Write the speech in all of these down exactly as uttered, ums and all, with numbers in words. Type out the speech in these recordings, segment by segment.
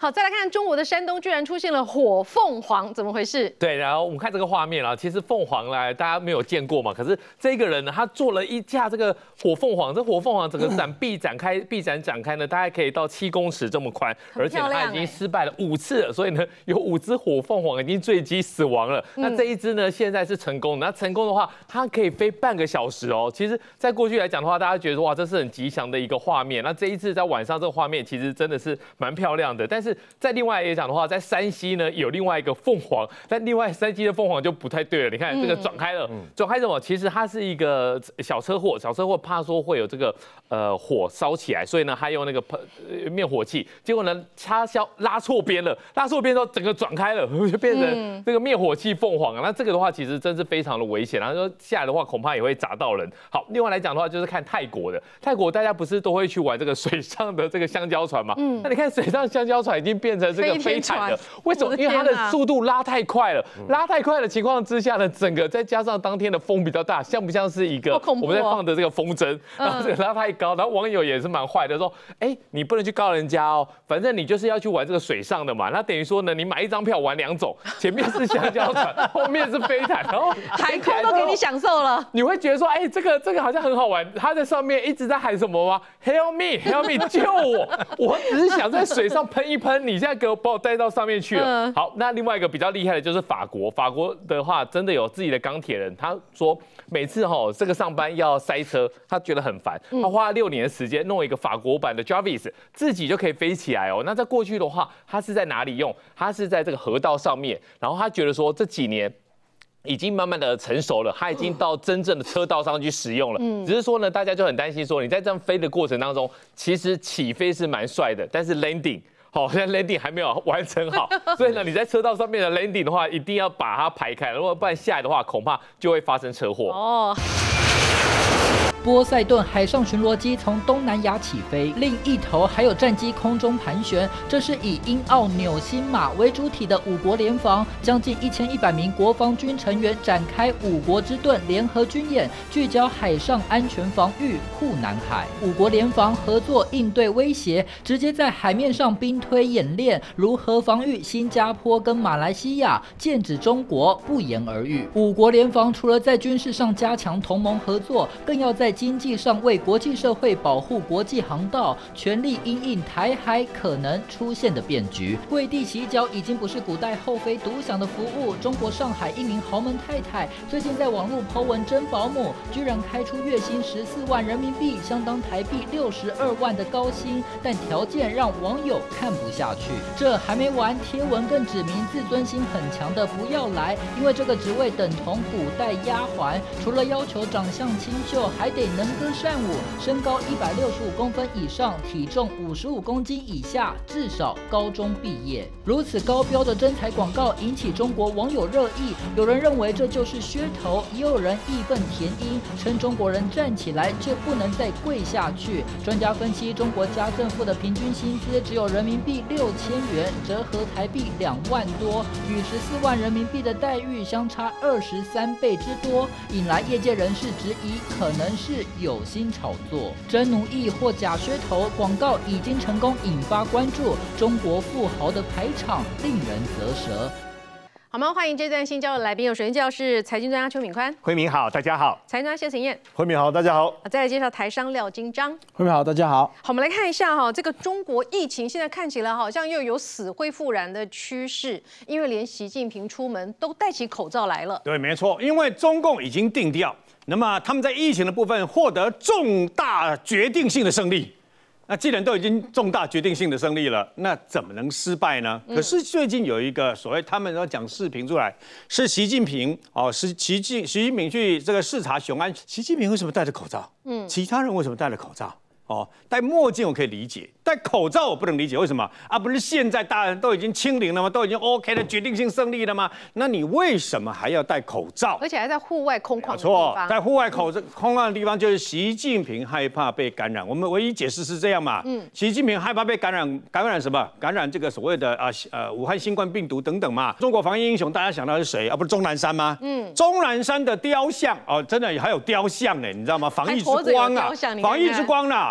好，再来看中国的山东居然出现了火凤凰，怎么回事？ 对，然后我们看这个画面啊，其实凤凰来大家没有见过嘛，可是这个人呢，他做了一架这个火凤凰，这火凤凰整个展臂展开，臂展展开呢，大概可以到七公尺这么宽，而且它已经失败了五次了，所以呢，有五只火凤凰已经坠机死亡了。嗯、那这一只呢，现在是成功的。那成功的话，它可以飞半个小时哦。其实，在过去来讲的话，大家觉得哇，这是很吉祥的一个画面。那这一次在晚上这个画面，其实真的是蛮漂亮的。但是在另外也讲的话，在山西呢有另外一个凤凰，但另外山西的凤凰就不太对了。你看这个转开了，嗯、转开什么？其实它是一个小车祸，小车祸怕说会有这个呃火烧起来，所以呢，他用那个喷灭火器，结果呢，插销拉错边了，拉错边之后整个转开了，就变成这个灭火器凤凰。那这个的话，其实真是非常的危险。然后说下来的话，恐怕也会砸到人。好，另外来讲的话，就是看泰国的，泰国大家不是都会去玩这个水上的这个香蕉船嘛？嗯，那你看水上香蕉船已经变成这个飞毯了，为什么？因为它的速度拉太快了，拉太快的情况之下呢，整个再加上当天的风比较大，像不像是一个我们在放的这个风筝？然后这个拉太高，然后网友也是蛮坏的，说，哎，你不能去告人家哦，反正你就是要去玩这个水上的嘛。那等于说呢，你买一张票玩两种，前面是香蕉船，后面是飞毯，然后海空都给你享受了。 你会觉得说，哎，这个这个好像很好玩。他在上面一直在喊什么吗 ？Help me, help me， 救我！我只是想在水上喷一喷，你现在给我把我带到上面去了。嗯、好，那另外一个比较厉害的就是法国，法国的话真的有自己的钢铁人，他说每次哈这个上班要塞车，他觉得很烦，他花了六年的时间弄一个法国版的 Jarvis， 自己就可以飞起来哦。那在过去的话，他是在哪里用？他是在这个河道上面，然后他觉得说这几年已经慢慢的成熟了，它已经到真正的车道上去使用了。嗯，只是说呢，大家就很担心说，你在这样飞的过程当中，其实起飞是蛮帅的，但是 landing。好，现在 landing 还没有完成好，所以呢，你在车道上面的 landing 的话，一定要把它排开，如果不然下来的话，恐怕就会发生车祸。哦。 波塞顿海上巡逻机从东南亚起飞，另一头还有战机空中盘旋。这是以英澳纽新马为主体的五国联防，将近一千一百名国防军成员展开五国之盾联合军演，聚焦海上安全防御护南海。五国联防合作应对威胁，直接在海面上兵推演练，如何防御新加坡跟马来西亚，剑指中国不言而喻。五国联防除了在军事上加强同盟合作，更要在经济上为国际社会保护国际航道，全力因应台海可能出现的变局。跪地洗脚已经不是古代后妃独享的服务。中国上海一名豪门太太最近在网络 po 文征保姆，居然开出月薪十四万人民币，相当台币六十二万的高薪，但条件让网友看不下去。这还没完，贴文更指明自尊心很强的不要来，因为这个职位等同古代丫鬟，除了要求长相清秀，还得能歌善舞，身高一百六十五公分以上，体重五十五公斤以下，至少高中毕业。如此高标的征才广告引起中国网友热议，有人认为这就是噱头，也有人义愤填膺，称中国人站起来就不能再跪下去。专家分析，中国家政妇的平均薪资只有人民币六千元，折合台币两万多，与十四万人民币的待遇相差二十三倍之多，引来业界人士质疑，可能是有心炒作、真奴役或假噱头。广告已经成功引发关注，中国富豪的排场令人啧舌。 好吗？欢迎这段新交的来宾，有首先介绍是财经专家邱敏宽， 辉明好，大家好； 财经专家谢承彦， 辉明好，大家好； 再来介绍台商廖金章， 辉明好，大家好。 好，我们来看一下哈，这个中国疫情现在看起来好像又有死灰复燃的趋势，因为连习近平出门都戴起口罩来了。 对，没错，因为中共已经定调，那么他们在疫情的部分获得重大决定性的胜利。那既然都已经重大决定性的胜利了，那怎么能失败呢？可是最近有一个所谓他们要讲视频出来，是习近平哦，是习近习近平去这个视察雄安。习近平为什么戴着口罩？嗯，其他人为什么戴着口罩？哦，戴墨镜我可以理解，戴口罩我不能理解，为什么啊？不是现在大人都已经清零了吗？都已经 OK 的决定性胜利了吗？那你为什么还要戴口罩？ 而且还在户外空旷的地方。 错，在户外口空旷的地方，就是习近平害怕被感染。我们唯一解释是这样嘛？嗯，习近平害怕被感染，感染什么？感染这个所谓的啊呃武汉新冠病毒等等嘛。中国防疫英雄，大家想到是谁啊？不是钟南山吗？嗯，钟南山的雕像哦，真的还有雕像呢，你知道吗？防疫之光啊，防疫之光啦。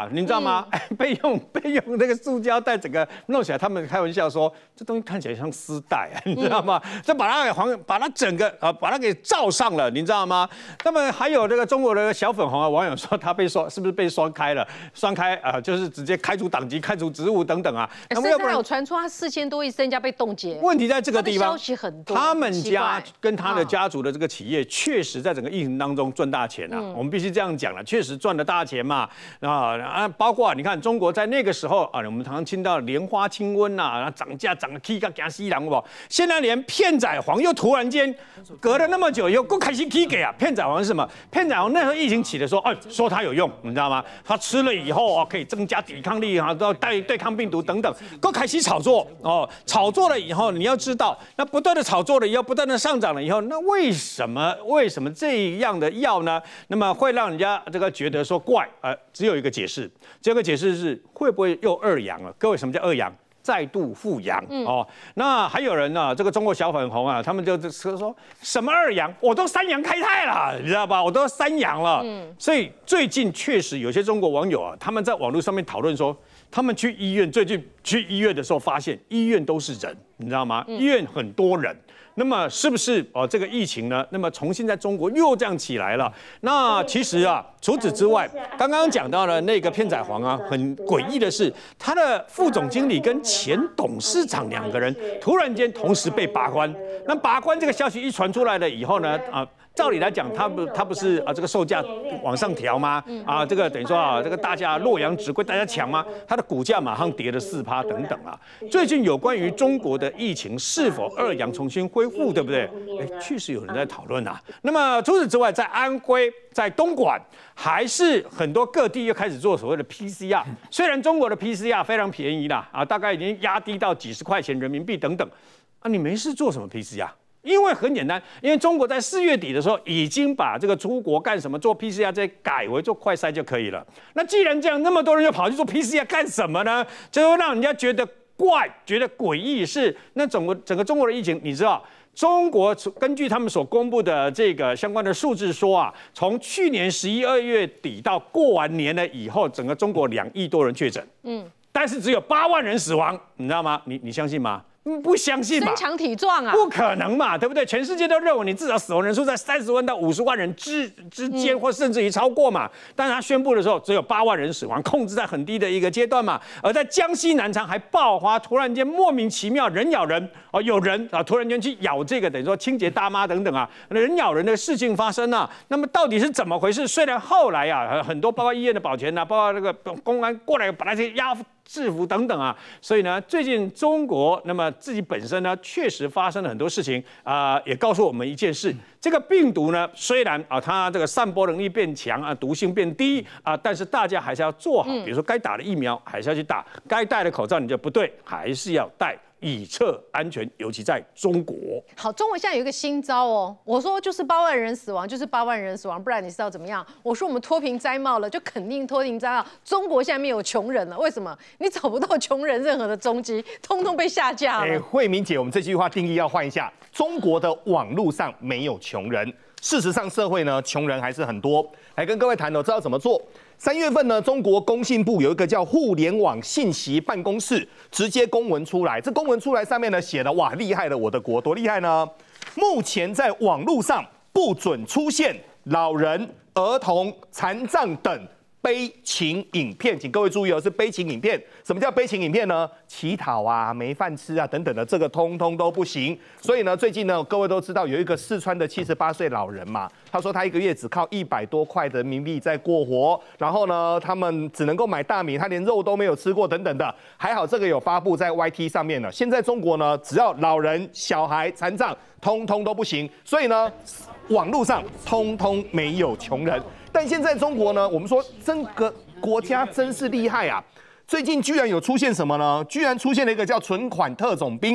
啊，你知道吗？哎、嗯，被用被用那个塑胶袋整个弄起来，他们开玩笑说这东西看起来像丝带啊，你知道吗？这、嗯、把它给黄，把它整个啊，把它给罩上了，你知道吗？那么还有这个中国的小粉红啊，网友说他被双是不是被双开了？双开啊、呃，就是直接开除党籍、开除职务等等啊。 那么要不然有传出他四千多亿身家被冻结。 问题在这个地方， 消息很多， 他们家跟他的家族的这个企业，确实在整个疫情当中赚大钱啊。嗯、我们必须这样讲了，确实赚了大钱嘛。啊啊，包括你看中国在那个时候啊，我们常常听到莲花清瘟呐，涨价涨得起个惊死人不？现在连片仔癀又突然间隔了那么久以后，够开心起给啊！片仔癀是什么？片仔癀那时候疫情起的时候，哎，说它有用，你知道吗？它吃了以后啊，可以增加抵抗力啊，都带对抗病毒等等，够开始炒作哦。炒作了以后，你要知道，那不断的炒作了以后，不断的上涨了以后，那为什么为什么这样的药呢？那么会让人家这个觉得说怪，呃，只有一个解释，这个解释是会不会又二阳了？各位，什么叫二阳？再度复阳、嗯、哦，那还有人呢、啊？这个中国小粉红啊，他们就说什么二阳，我都三阳开泰了，你知道吧？我都三阳了。嗯，所以最近确实有些中国网友啊，他们在网络上面讨论说，他们去医院，最近去医院的时候发现医院都是人，你知道吗？嗯、医院很多人。那么是不是哦？这个疫情呢？那么重新在中国又这样起来了。那其实啊，除此之外，刚刚讲到了那个片仔癀啊，很诡异的是，他的副总经理跟前董事长两个人突然间同时被拔关。那拔关这个消息一传出来了以后呢，啊。照理来讲，他不他不是啊这个售价往上调吗？啊，这个等于说啊，这个大家洛阳纸贵，大家抢吗？它的股价马上跌了四趴等等啊。最近有关于中国的疫情是否二阳重新恢复，对不对？哎，确实有人在讨论啊。那么除此之外，在安徽、在东莞，还是很多各地又开始做所谓的 P C R。虽然中国的 P C R 非常便宜啦，啊，大概已经压低到几十块钱人民币等等。啊，你没事做什么 P C R？因为很简单，因为中国在四月底的时候已经把这个出国干什么做 P C R 这改为做快筛就可以了。那既然这样，那么多人就跑去做 P C R 干什么呢？这会让人家觉得怪，觉得诡异。是那整个整个中国的疫情，你知道，中国根据他们所公布的这个相关的数字说啊，从去年十一二月底到过完年了以后，整个中国两亿多人确诊，嗯，但是只有八万人死亡，你知道吗？你你相信吗？不相信嘛？ 身强体壮啊， 不可能嘛，对不对？全世界都认为你至少死亡人数在三十万到五十万人之之间，或甚至于超过嘛。但是他宣布的时候，只有八万人死亡，控制在很低的一个阶段嘛。而在江西南昌还爆发，突然间莫名其妙人咬人哦，有人啊突然间去咬这个等于说清洁大妈等等啊，人咬人的事情发生啊。那么到底是怎么回事？虽然后来啊，很多包括医院的保全啊，包括那个公安过来把那些压制服等等啊，所以呢，最近中国那么自己本身呢，确实发生了很多事情啊、呃，也告诉我们一件事：这个病毒呢，虽然啊，它这个散播能力变强啊，毒性变低啊，但是大家还是要做好，比如说该打的疫苗还是要去打，该戴的口罩你就不对，还是要戴。以测安全，尤其在中国。 好，中国现在有一个新招哦。我说就是八万人死亡，就是八万人死亡，不然你是要怎么样？我说我们脱贫摘帽了，就肯定脱贫摘帽。中国现在没有穷人了，为什么？你找不到穷人任何的踪迹，通通被下架了。 哎，慧敏姐，我们这句话定义要换一下：中国的网络上没有穷人，事实上社会呢，穷人还是很多。来跟各位谈哦，知道怎么做？三月份呢，中国工信部有一个叫互联网信息办公室，直接公文出来。这公文出来上面呢写的哇，厉害了，我的国多厉害呢？目前在网络上不准出现老人、儿童、残障等悲情影片，请各位注意哦，是悲情影片。什么叫悲情影片呢？乞讨啊、没饭吃啊等等的，这个通通都不行。所以呢，最近呢，各位都知道有一个四川的七十八岁老人嘛，他说他一个月只靠一百多块的人民币在过活，然后呢，他们只能够买大米，他连肉都没有吃过等等的。还好这个有发布在 Y T 上面了。现在中国呢，只要老人、小孩、残障，通通都不行。所以呢，网络上通通没有穷人。但现在中国呢，我们说这个国家真是厉害啊！最近居然有出现什么呢？居然出现了一个叫存款特种兵。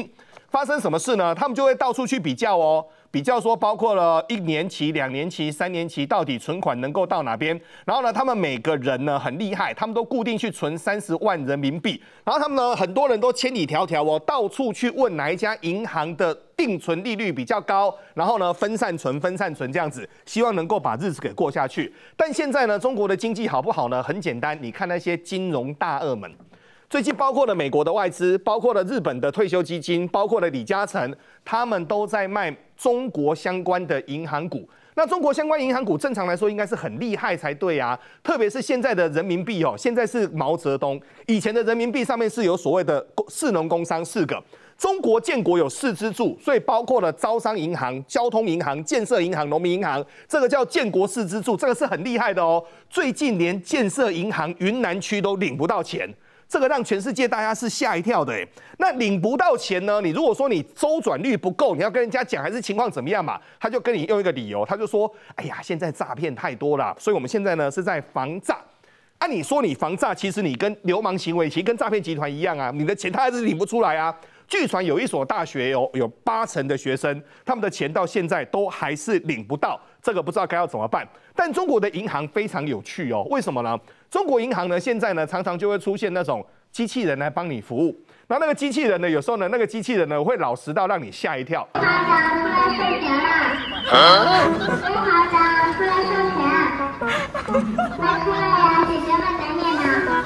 发生什么事呢？他们就会到处去比较哦，比较说包括了一年期、两年期、三年期，到底存款能够到哪边？然后呢，他们每个人呢很厉害，他们都固定去存三十万人民币，然后他们呢很多人都千里迢迢哦，到处去问哪一家银行的定存利率比较高，然后呢分散存、分散存这样子，希望能够把日子给过下去。但现在呢，中国的经济好不好呢？很简单，你看那些金融大鳄们。最近包括了美国的外资，包括了日本的退休基金，包括了李嘉诚，他们都在卖中国相关的银行股。那中国相关银行股正常来说应该是很厉害才对啊，特别是现在的人民币哦，现在是毛泽东，以前的人民币上面是有所谓的士农工商四个。中国建国有四支柱，所以包括了招商银行、交通银行、建设银行、农民银行，这个叫建国四支柱，这个是很厉害的哦。最近连建设银行云南区都领不到钱。这个让全世界大家是吓一跳的哎，那领不到钱呢？你如果说你周转率不够，你要跟人家讲还是情况怎么样嘛？他就跟你用一个理由，他就说：哎呀，现在诈骗太多了，所以我们现在呢是在防诈。啊，你说你防诈，其实你跟流氓行为，其实跟诈骗集团一样啊，你的钱他还是领不出来啊。据传有一所大学有有八成的学生，他们的钱到现在都还是领不到，这个不知道该要怎么办。但中国的银行非常有趣哦，为什么呢？中国银行呢现在呢常常就会出现那种机器人来帮你服务，然后那个机器人呢有时候呢那个机器人呢会老实到让你吓一跳。行长出来授权了，中行长出来授权，快出来呀，姐姐们等你呢。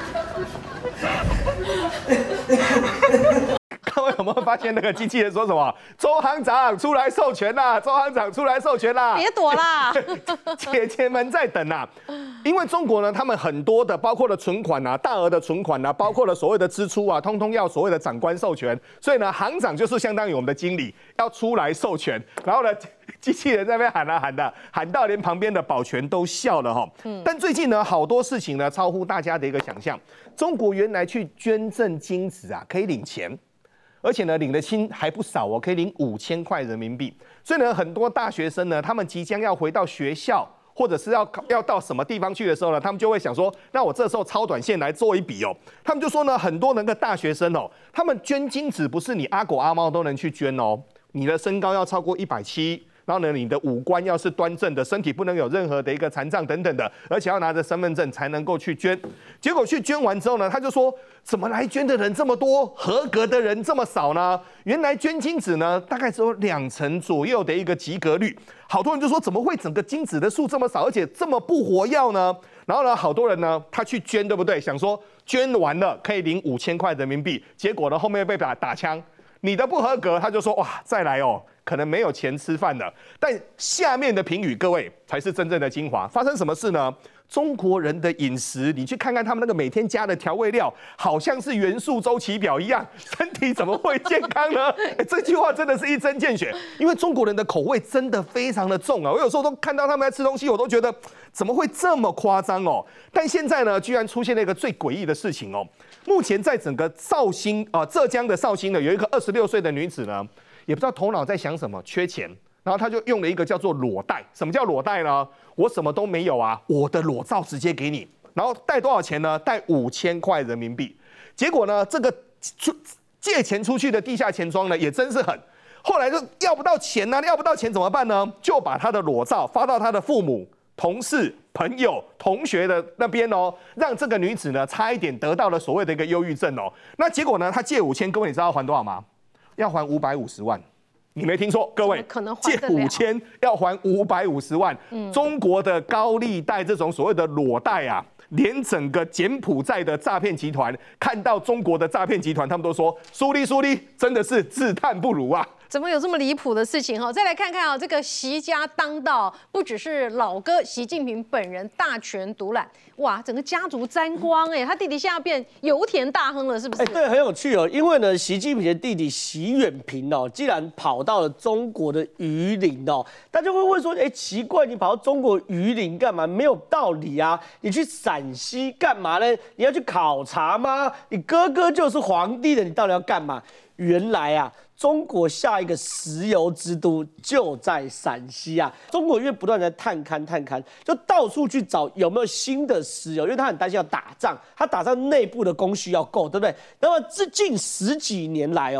各位有没有发现那个机器人说什么？周行长出来授权啦！周行长出来授权啦！ 别躲啦！ 姐姐们在等啊！因为中国呢，他们很多的，包括了存款啊、大额的存款啊，包括了所谓的支出啊，通通要所谓的长官授权。所以呢，行长就是相当于我们的经理，要出来授权。然后呢，机器人在那边喊啊喊的，喊到连旁边的保全都笑了哈。嗯。但最近呢，好多事情呢，超乎大家的一个想象。中国原来去捐赠精子啊，可以领钱。而且呢，领的金还不少哦，可以领五千块人民币。所以呢，很多大学生呢，他们即将要回到学校，或者是要要到什么地方去的时候呢，他们就会想说，那我这时候超短线来做一笔哦。他们就说呢，很多那个大学生哦，他们捐精子不是你阿狗阿猫都能去捐哦，你的身高要超过一百七。然后呢，你的五官要是端正的，身体不能有任何的一个残障等等的，而且要拿着身份证才能够去捐。结果去捐完之后呢，他就说，怎么来捐的人这么多，合格的人这么少呢？原来捐精子呢，大概只有两成左右的一个及格率。好多人就说，怎么会整个精子的数这么少，而且这么不活跃呢？然后呢，好多人呢，他去捐，对不对？想说捐完了可以领五千块人民币，结果呢，后面被打打枪。你的不合格，他就说哇，再来哦，可能没有钱吃饭了。但下面的评语，各位才是真正的精华。发生什么事呢？中国人的饮食，你去看看他们那个每天加的调味料，好像是元素周期表一样，身体怎么会健康呢？欸、这句话真的是一针见血，因为中国人的口味真的非常的重啊。我有时候都看到他们在吃东西，我都觉得怎么会这么夸张哦？但现在呢，居然出现了一个最诡异的事情哦。目前在整个绍兴啊、呃，浙江的绍兴呢，有一个二十六岁的女子呢，也不知道头脑在想什么，缺钱，然后她就用了一个叫做裸贷。什么叫裸贷呢？我什么都没有啊，我的裸照直接给你，然后贷多少钱呢？贷五千块人民币。结果呢，这个出借钱出去的地下钱庄呢，也真是狠。后来就要不到钱呢、啊，要不到钱怎么办呢？就把他的裸照发到他的父母、同事、朋友、同学的那边哦，让这个女子呢差一点得到了所谓的一个忧郁症哦。那结果呢，她借五千，各位你知道要还多少吗？要还五百五十万。你没听错，各位， 可能借五千要还五百五十万。嗯，中国的高利贷这种所谓的裸贷啊，连整个柬埔寨的诈骗集团看到中国的诈骗集团，他们都说苏力苏力，真的是自叹不如啊。 怎么有这么离谱的事情哈？再来看看啊，这个习家当道，不只是老哥习近平本人大权独揽，哇，整个家族沾光哎，他弟弟现在变油田大亨了，是不是？ 哎，对，很有趣哦。因为呢，习近平的弟弟习远平哦，既然跑到了中国的榆林哦，大家会问说，哎，奇怪，你跑到中国榆林干嘛？没有道理啊！你去陕西干嘛呢？你要去考察吗？你哥哥就是皇帝的，你到底要干嘛？原来啊，中国下一个石油之都就在陕西啊！中国因为不断的探勘探勘，就到处去找有没有新的石油，因为他很担心要打仗，他打仗内部的供需要够，对不对？那么这近十几年来哦，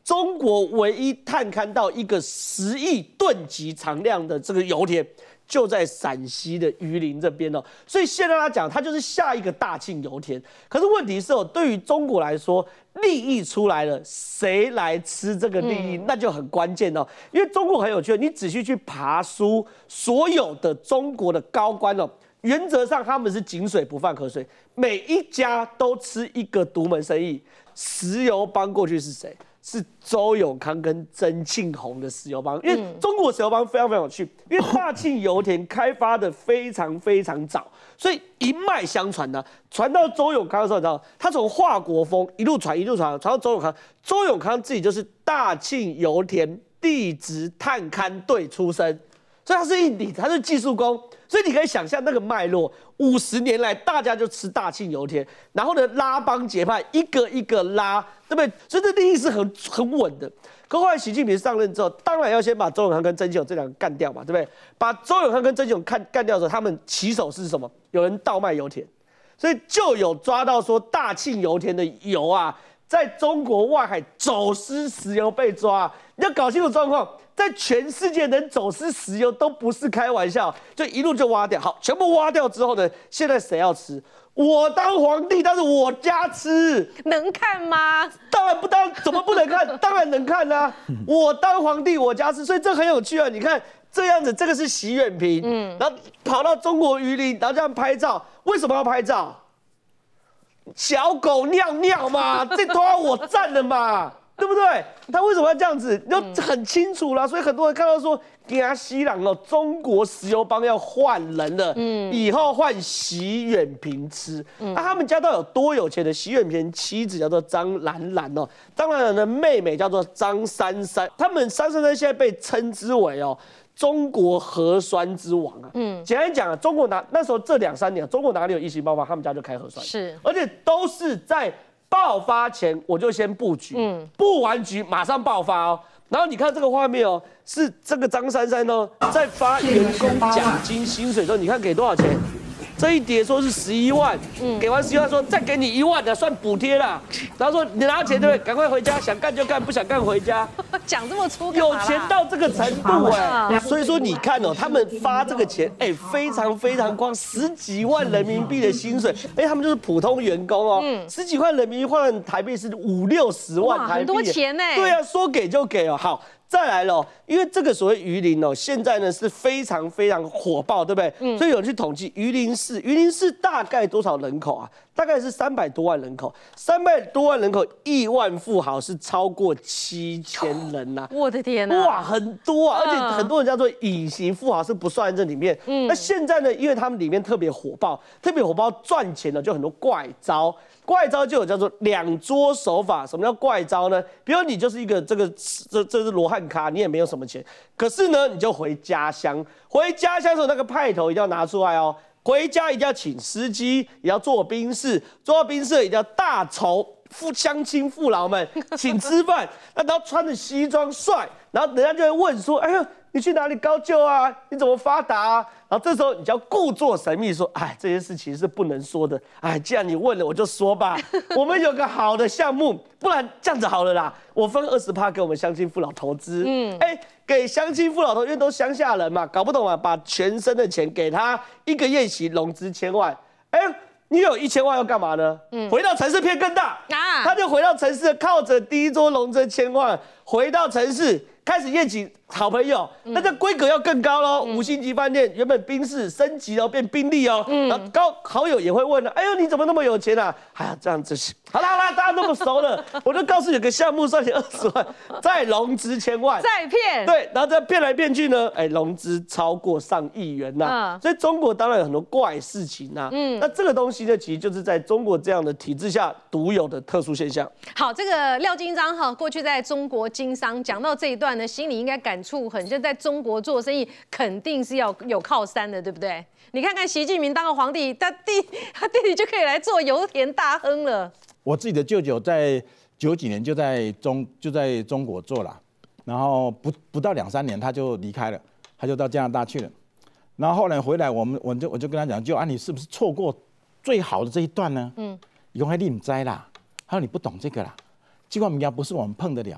中国唯一探勘到一个十亿吨级常量的这个油田，就在陕西的榆林这边哦。所以现在他讲，它就是下一个大庆油田。可是问题是哦，对于中国来说，利益出来了，谁来吃这个利益，嗯、那就很关键哦。因为中国很有趣，你仔细去爬书，所有的中国的高官哦。原则上他们是井水不犯河水，每一家都吃一个独门生意。石油帮过去是谁？是周永康跟曾庆红的石油帮。因为中国石油帮非常非常有趣，因为大庆油田开发的非常非常早，所以一脉相传呢、啊。传到周永康的时候，你知道，他从华国锋一路传一路传，传到周永康。周永康自己就是大庆油田地质探勘队出身。所以他是印地，他是技术工，所以你可以想象那个脉络。五十年来，大家就吃大庆油田，然后呢拉帮结派，一个一个拉，对不对？所以这利益是很很稳的。可后来习近平上任之后，当然要先把周永康跟曾庆红这两个干掉嘛，对不对？把周永康跟曾庆红干干掉的时候，他们起手是什么？有人倒卖油田，所以就有抓到说大庆油田的油啊，在中国外海走私石油被抓。你要搞清楚状况。在全世界能走私石油都不是开玩笑，就一路就挖掉。好，全部挖掉之后呢，现在谁要吃？我当皇帝，但是我家吃， 能看吗？ 当然不当，怎么不能看？当然能看啊！我当皇帝，我家吃，所以这很有趣啊！你看这样子，这个是习远平，嗯，然后跑到中国榆林，然后这样拍照，为什么要拍照？小狗尿尿嘛，这都要我占了嘛。对不对？他为什么要这样子？就很清楚啦。所以很多人看到说，惊西朗哦，中国石油帮要换人了，嗯，以后换习远平吃。那、嗯啊、他们家到底有多有钱的？习远平妻子叫做张兰兰哦，张兰兰的妹妹叫做张珊珊。他们张珊珊现在被称之为哦。中国核酸之王啊，嗯，简单讲啊，中国拿那时候这两三年，中国哪里有疫情爆发，他们家就开核酸， 是， 而且都是在。爆发前我就先布局，嗯，布完局马上爆发哦。然后你看这个画面哦，是这个张珊珊哦，在发员工奖金薪水的时候，你看给多少钱？这一叠说是十一万，嗯，给完十一万说再给你一万的算补贴啦。然后说你拿钱对不对？赶快回家，想干就干，不想干回家。 讲这么粗， 有钱到这个程度哎，所以说你看哦，他们发这个钱哎，非常非常光，十几万人民币的薪水，哎，他们就是普通员工哦，嗯，十几万人民币换台币是五六十万台币， 很多钱呢。 对啊，说给就给哦，好。再来了，因为这个所谓榆林哦，现在呢是非常非常火爆，对不对？嗯，所以有人去统计榆林市，榆林市大概多少人口啊？大概是三百多万人口，三百多万人口，亿万富豪是超过七千人呐、啊！ 我的天呐！ 哇，很多啊，而且很多人叫做隐形富豪是不算在这里面。嗯，那现在呢，因为他们里面特别火爆，特别火爆赚钱的就很多怪招。怪招就有叫做两桌手法。什么叫怪招呢？比如你就是一个这个这这是罗汉咖，你也没有什么钱，可是呢你就回家乡，回家乡的时候那个派头一定要拿出来哦。回家一定要请司机，也要坐宾士，坐宾士一定要大酬父乡亲父老们请吃饭，那然后穿着西装帅，然后人家就会问说：“哎呦，你去哪里高就啊？你怎么发达啊？”然后这时候你就要故作神秘说：“哎，这些事情是不能说的。哎，既然你问了，我就说吧。我们有个好的项目，不然这样子好了啦，我分二十趴给我们乡亲父老投资。嗯，哎，给乡亲父老投资，因为都乡下人嘛，搞不懂啊，把全身的钱给他，一个宴席融资千万。哎。”你有一千万要干嘛呢？嗯，回到城市骗更大啊！他就回到城市，靠着第一桌融资千万，回到城市开始宴请好朋友，嗯、那这规格要更高喽。嗯、五星级饭店原本宾士升级哦，变宾利哦。嗯，然后高好友也会问了，哎呦你怎么那么有钱啊？哎呀这样子是好啦好啦，大家那么熟了，我就告诉你有个项目算你二十万，再融资千万， 再骗对，然后再骗来骗去呢，哎融资超过上亿元呐、啊。嗯、所以中国当然有很多怪事情呐、啊。嗯，那这个东西呢，其实就是在中国这样的体制下独有的特殊现象。 好，这个廖金章哈，过去在中国经商，讲到这一段呢，心里应该感触很，就在中国做生意肯定是要有靠山的，对不对？你看看习近平当了皇帝，他弟他弟弟就可以来做油田大亨了。 我自己的舅舅在九几年就在中就在中国做了，然后不不到两三年他就离开了，他就到加拿大去了。然后后来回来，我们我就我就跟他讲，舅啊，你是不是错过最好的这一段呢？嗯，永黑你唔知啦，他说你不懂这个啦，这块米不是我们碰得了的啦。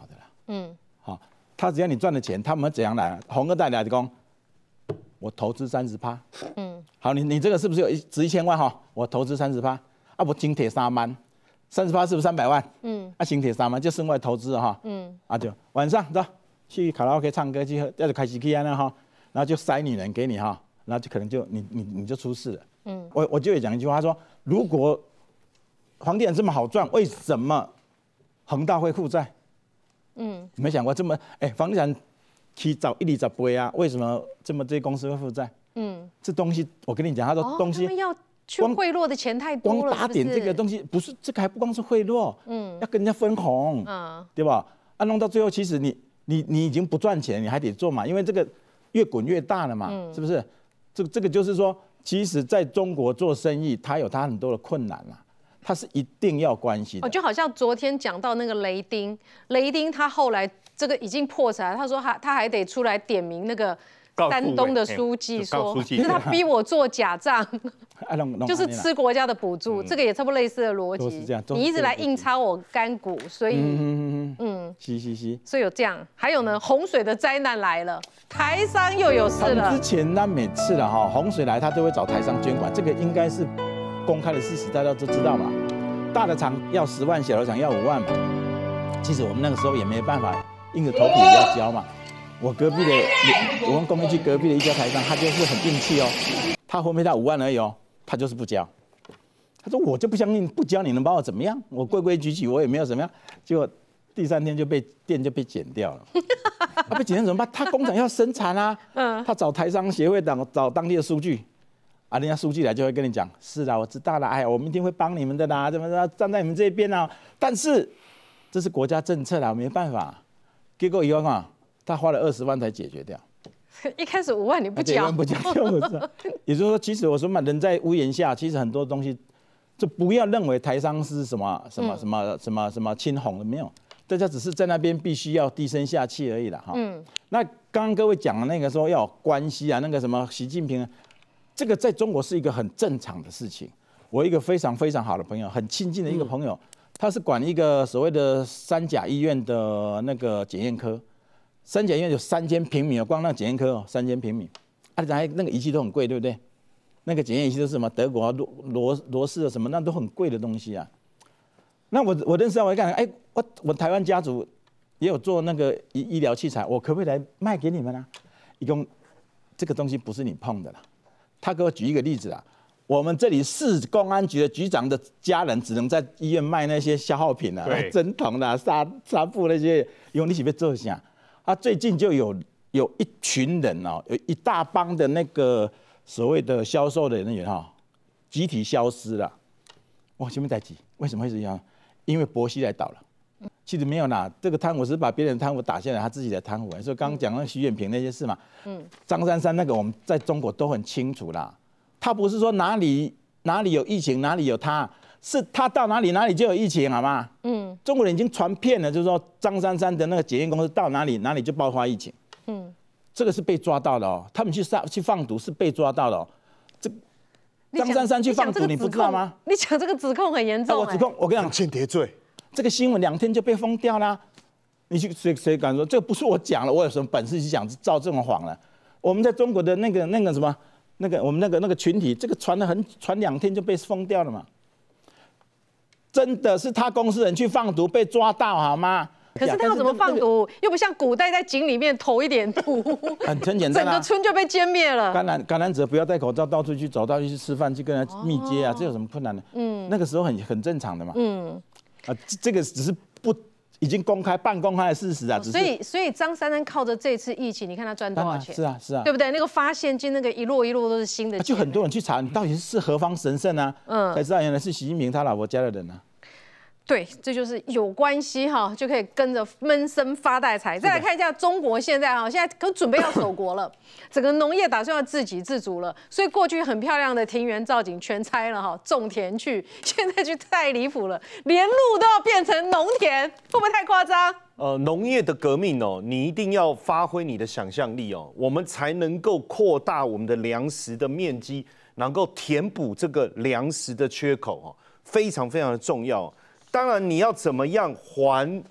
嗯，好，他只要你赚的钱，他们怎样来？红二代来就讲，我投资三十趴，嗯，好，你你这个是不是有一值一千万哈？我投资三十趴，啊，我津贴三万，三十趴是不是三百万？嗯，啊，津贴三万就剩外投资哈，嗯，啊就晚上走去卡拉 OK 唱歌去，要就开始去安那哈，然后就塞女人给你哈，然后就可能就你你你就出事了。嗯，我我就有讲一句话说，如果房地产这么好赚，为什么恒大会负债？嗯，没想过这么哎、欸，房地产起早一厘十倍啊，为什么这么这些公司会负债？嗯，这东西我跟你讲，他的东西、 哦、他们要去贿赂的钱太多了， 光打点这个东西不是这个还不光是贿赂，嗯，要跟人家分红，嗯，对吧？啊，弄到最后，其实你你你已经不赚钱，你还得做嘛，因为这个越滚越大了嘛，嗯、是不是？这个这个就是说。其实在中国做生意，它有它很多的困难啦，它是一定要关系的。 哦，就好像昨天讲到那个雷丁，雷丁他后来这个已经破产，他说他他还得出来点名那个山东的书记说，是他逼我做假账，就是吃国家的补助，这个也差不多类似的逻辑。你一直来硬插我干股，所以嗯嗯， 是是是， 所以有这样。还有呢，洪水的灾难来了，台商又有事了。 之前那每次了哈，洪水来他都会找台商捐款，这个应该是公开的事实，大家都知道嘛。大的厂要十万，小的厂要五万嘛。其实我们那个时候也没办法，硬着头皮也要交嘛。我隔壁的，我们工业区隔壁的一家台商，他就是很硬气哦，他分配他五万而已哦，他就是不交。他说我就不相信不交你能把我怎么样？我规规矩矩，我也没有怎么样。结果第三天就被店就被剪掉了。他被剪掉怎么办？他工厂要生产啊，他找台商协会找找当地的数据，啊，人家书记来就会跟你讲，是啦，我知道了，哎呀，我们一定会帮你们的啦，怎么着站在你们这边啊？但是这是国家政策啦，没办法。结果以后啊。他花了二十万才解决掉， 一开始五万你不交， 不交，也就是说，其实我说嘛，人在屋檐下，其实很多东西，就不要认为台商是什么什么什么什么什么亲红的，没有，大家只是在那边必须要低声下气而已啦，哈。嗯。那刚刚各位讲的那个说要有关系啊，那个什么习近平，这个在中国是一个很正常的事情。我一个非常非常好的朋友，很亲近的一个朋友，嗯、他是管一个所谓的三甲医院的那个检验科。三甲医院有三千平米哦，光那检验科哦，三千平米，啊，还那个仪器都很贵，对不对？那个检验仪器都是什么德国啊、罗罗罗氏啊什么，那都很贵的东西啊。那我我认识啊，我看，哎，我我台湾家族也有做那个医医疗器材，我可不可以来卖给你们啊？一共这个东西不是你碰的啦。他给我举一个例子啊，我们这里市公安局的局长的家人只能在医院卖那些消耗品啊，针筒啦、纱纱布那些，因为你是要做啥？他最近就有有一群人哦，有一大帮的那个所谓的销售的人员哈，集体消失了。哇，前面在急，为什么会这样？因为伯希来倒了。其实没有啦，这个贪污是把别人的贪污打下来，他自己的贪污。所以刚刚讲那徐远平那些事嘛，嗯，张三三那个我们在中国都很清楚啦。他不是说哪里哪里有疫情哪里有他。是他到哪里哪里就有疫情，好吗？嗯，中国人已经传遍了，就是说张三三的那个检验公司到哪里哪里就爆发疫情，嗯，这个是被抓到的哦，他们去上去放毒是被抓到的哦，这张三三去放毒你不知道吗？ 你讲这个指控很严重， 我指控我跟你讲间谍罪， 这个新闻两天就被封掉啦。你去谁谁敢说这个不是我讲了？我有什么本事去讲造这种谎了？我们在中国的那个那个什么那个我们那个那个群体，这个传了很传两天就被封掉了嘛。真的是他公司人去放毒被抓到好吗？ 可是他要怎么放毒？又不像古代在井里面投一点毒， 很很简单啊， 整个村就被歼灭了。 感染感染者不要戴口罩，到处去走，到处去吃饭，去跟人家密接啊，这有什么困难的？嗯，那个时候很很正常的嘛。嗯，啊，这个只是不已经公开半公开的事实啊。 所以所以张三三靠着这次疫情，你看他赚多少钱？ 是啊是啊， 对不对？那个发现金那个一摞一摞都是新的， 就很多人去查，你到底是何方神圣啊？嗯，才知道原来是习近平他老婆家的人啊。 对，这就是有关系哈，就可以跟着闷声发大财。再来看一下中国现在哈，现在可准备要守国了，整个农业打算要自给自足了，所以过去很漂亮的庭园造景全拆了哈，种田去，现在就太离谱了，连路都要变成农田，会不会太夸张？ 呃，农业的革命哦，你一定要发挥你的想象力哦，我们才能够扩大我们的粮食的面积，能够填补这个粮食的缺口哦，非常非常的重要。当然，你要怎么样还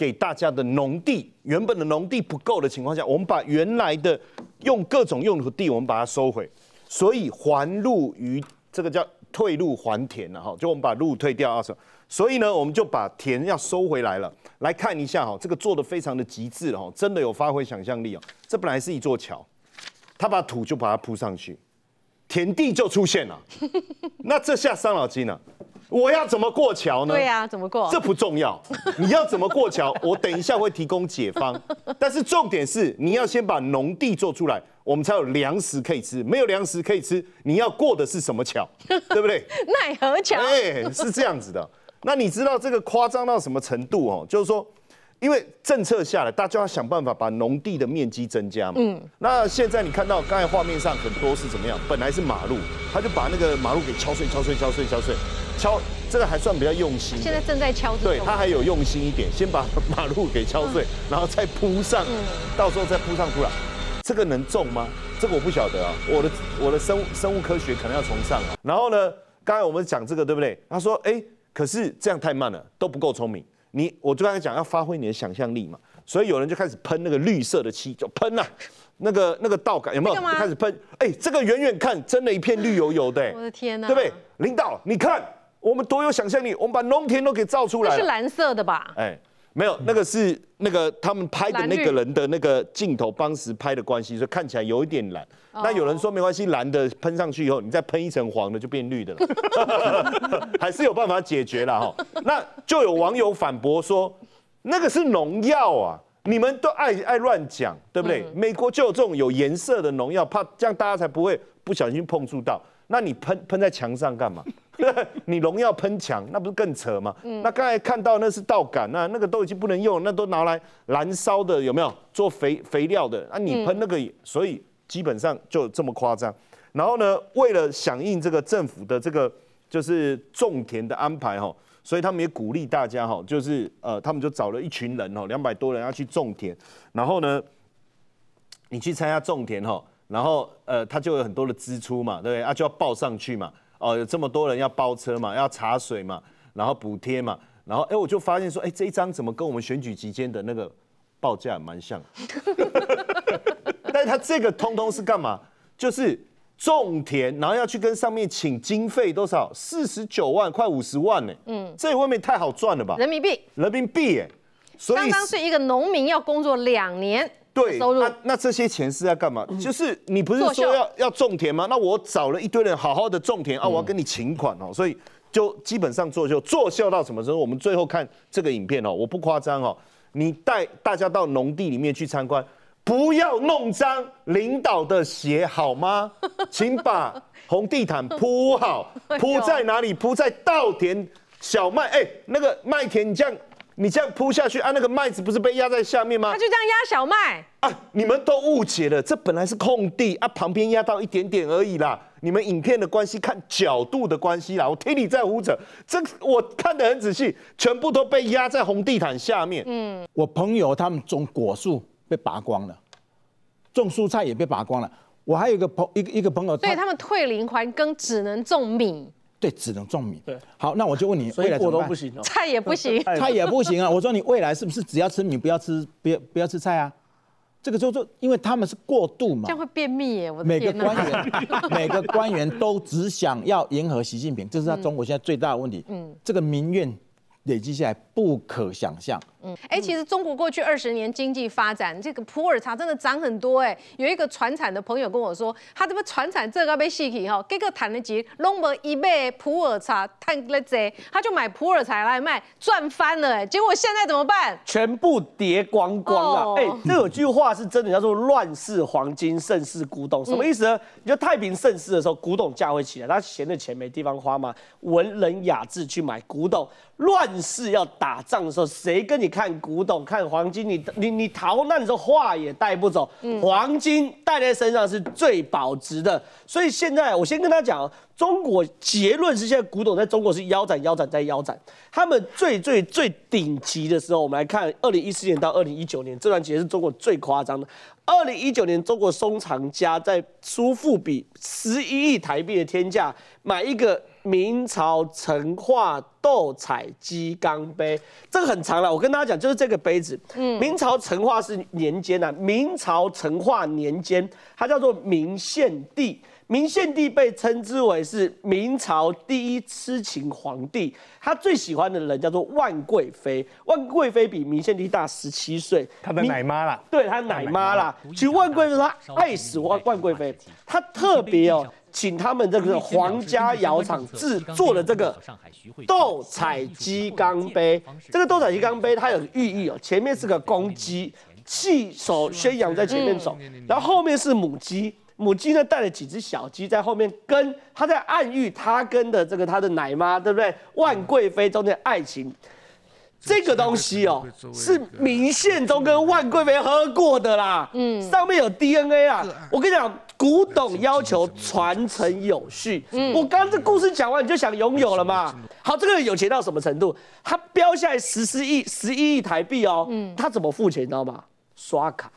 给大家的农地，原本的农地不够的情况下，我们把原来的用各种用途地，我们把它收回，所以还路于这个叫退路还田了哈，就我们把路退掉啊，所以呢，我们就把田要收回来了。来看一下哈，这个做的非常的极致哈，真的有发挥想象力哦。这本来是一座桥，他把土就把它铺上去，田地就出现了，那这下伤脑筋了。我要怎么过桥呢？ 对呀、啊，怎么过？ 这不重要，你要怎么过桥，我等一下会提供解方。但是重点是，你要先把农地做出来，我们才有粮食可以吃。没有粮食可以吃，你要过的是什么桥？对不对？ 奈何桥。 哎，是这样子的。那你知道这个夸张到什么程度哦？就是说，因为政策下来，大家要想办法把农地的面积增加嘛。嗯。那现在你看到刚才画面上很多是怎么样？本来是马路，他就把那个马路给敲碎、敲碎、敲碎、敲碎。敲这个还算比较用心， 现在正在敲之中。 对，他还有用心一点，先把马路给敲碎，嗯、然后再铺上，嗯、到时候再铺上土壤，这个能种吗？这个我不晓得啊，我的我的生物生物科学可能要崇尚啊。然后呢，刚才我们讲这个对不对？他说，哎，可是这样太慢了，都不够聪明。你我就刚才讲要发挥你的想象力嘛，所以有人就开始喷那个绿色的漆，就喷啊。那个那个稻杆有没有开始喷？哎，这个远远看真的一片绿油油的， 我的天哪， 对不对？领导，你看我们多有想象力，我们把农田都给造出来了。 那是蓝色的吧？ 哎，没有，那个是那个他们拍的那个人的那个镜头当时拍的关系，所以看起来有一点蓝。那有人说没关系，蓝的喷上去以后，你再喷一层黄的就变绿的了，还是有办法解决了哈。那就有网友反驳说，那个是农药啊。你们都爱爱乱讲，对不对？嗯、美国就有这种有颜色的农药，怕这样大家才不会不小心碰触到。那你喷喷在墙上干嘛？你农药喷墙，那不是更扯吗？嗯、那刚才看到那是稻杆，那那个都已经不能用，那都拿来燃烧的，有没有做肥肥料的？啊，你喷那个，嗯、所以基本上就这么夸张。然后呢，为了响应这个政府的这个就是种田的安排哈。所以他们也鼓励大家哈，就是呃，他们就找了一群人哈，两百多人要去种田，然后呢，你去参加种田哈，然后呃，他就有很多的支出嘛，对不对？啊，就要报上去嘛，哦，有这么多人要包车嘛，要茶水嘛，然后补贴嘛，然后哎，我就发现说，哎，这一张怎么跟我们选举期间的那个报价蛮像？但是他这个通通是干嘛？就是种田，然后要去跟上面请经费多少？四十九万，快五十万呢。嗯，这未免太好赚了吧？ 人民币， 人民币耶， 所以相当是一个农民要工作两年对收入。 那那这些钱是要干嘛？嗯、就是你不是说要要种田吗？那我找了一堆人好好的种田啊，我要跟你请款哦，所以就基本上作秀，作秀到什么时候？我们最后看这个影片哦，我不夸张哦，你带大家到农地里面去参观。不要弄脏领导的鞋好吗？请把红地毯铺好，铺在哪里？铺在稻田小麦，哎、欸，那个麦田，你这样你这样铺下去啊，那个麦子不是被压在下面吗？ 他就这样压小麦啊！你们都误解了，这本来是空地啊，旁边压到一点点而已啦。你们影片的关系，看角度的关系啦。我听你在胡扯，这我看得很仔细，全部都被压在红地毯下面。嗯， 我朋友他们种果树。被拔光了，种蔬菜也被拔光了。我还有一个朋一个一个朋友， 所以他们退林还耕，只能种米。 对，只能种米。对，好，那我就问你，未来怎么办？ 都不行哦， 菜也不行， 菜也不行啊。我说你未来是不是只要吃米，不要吃不要不要吃菜啊？这个就就因为他们是过度嘛， 这样会便秘耶！我的每个官员每个官员都只想要迎合习近平，这是他中国现在最大的问题。嗯，这个民怨累积下来不可想象。 嗯，哎、欸，其实中国过去二十年经济发展，这个普洱茶真的涨很多哎、欸。有一个传产的朋友跟我说，他这个传产这个被吸起哈，这个谈的急，弄不一杯普洱茶谈了这，他就买普洱茶来卖，赚翻了哎、欸。结果现在怎么办？ 全部跌光光了。哎、哦，这、欸、有句话是真的，叫做乱世黄金，盛世古董。什么意思呢？你就太平盛世的时候，古董价会起来，他闲的钱没地方花嘛，文人雅致去买古董。乱世要打仗的时候，谁跟你看古董、看黄金？你你你逃难的时候，话也带不走。嗯、黄金带在身上是最保值的。所以现在我先跟他讲，中国结论是现在古董在中国是腰斩、腰斩再腰斩。他们最最最顶级的时候，我们来看二零一四年到二零一九年这段期间是中国最夸张的。 二零一九年，中国松长家在苏富比十一亿台币的天价买一个明朝成化斗彩鸡缸杯，这个很长了。我跟大家讲，就是这个杯子。嗯，明朝成化是年间啊，明朝成化年间，它叫做明献帝。明献帝被称之为是明朝第一痴情皇帝，他最喜欢的人叫做万贵妃。万贵妃比明献帝大十七岁， 他的奶妈啦， 对他奶妈啦。其实万贵妃他爱死万万贵妃，他特别哦，请他们这个皇家窑厂制作了这个斗彩鸡缸杯。这个斗彩鸡缸杯它有寓意哦，前面是个公鸡，气手宣扬在前面走，然后后面是母鸡。母鸡呢带了几只小鸡在后面跟，他在暗喻他跟的这个他的奶妈，对不对？万贵妃中间的爱情，这个东西哦，是明宪宗跟万贵妃喝过的啦，嗯，上面有 D N A 啊。我跟你讲，古董要求传承有序，嗯，我刚刚这故事讲完，你就想拥有了嘛？好，这个人有钱到什么程度？他标下来十四亿、十一亿台币哦，嗯，他怎么付钱你知道吗？刷卡。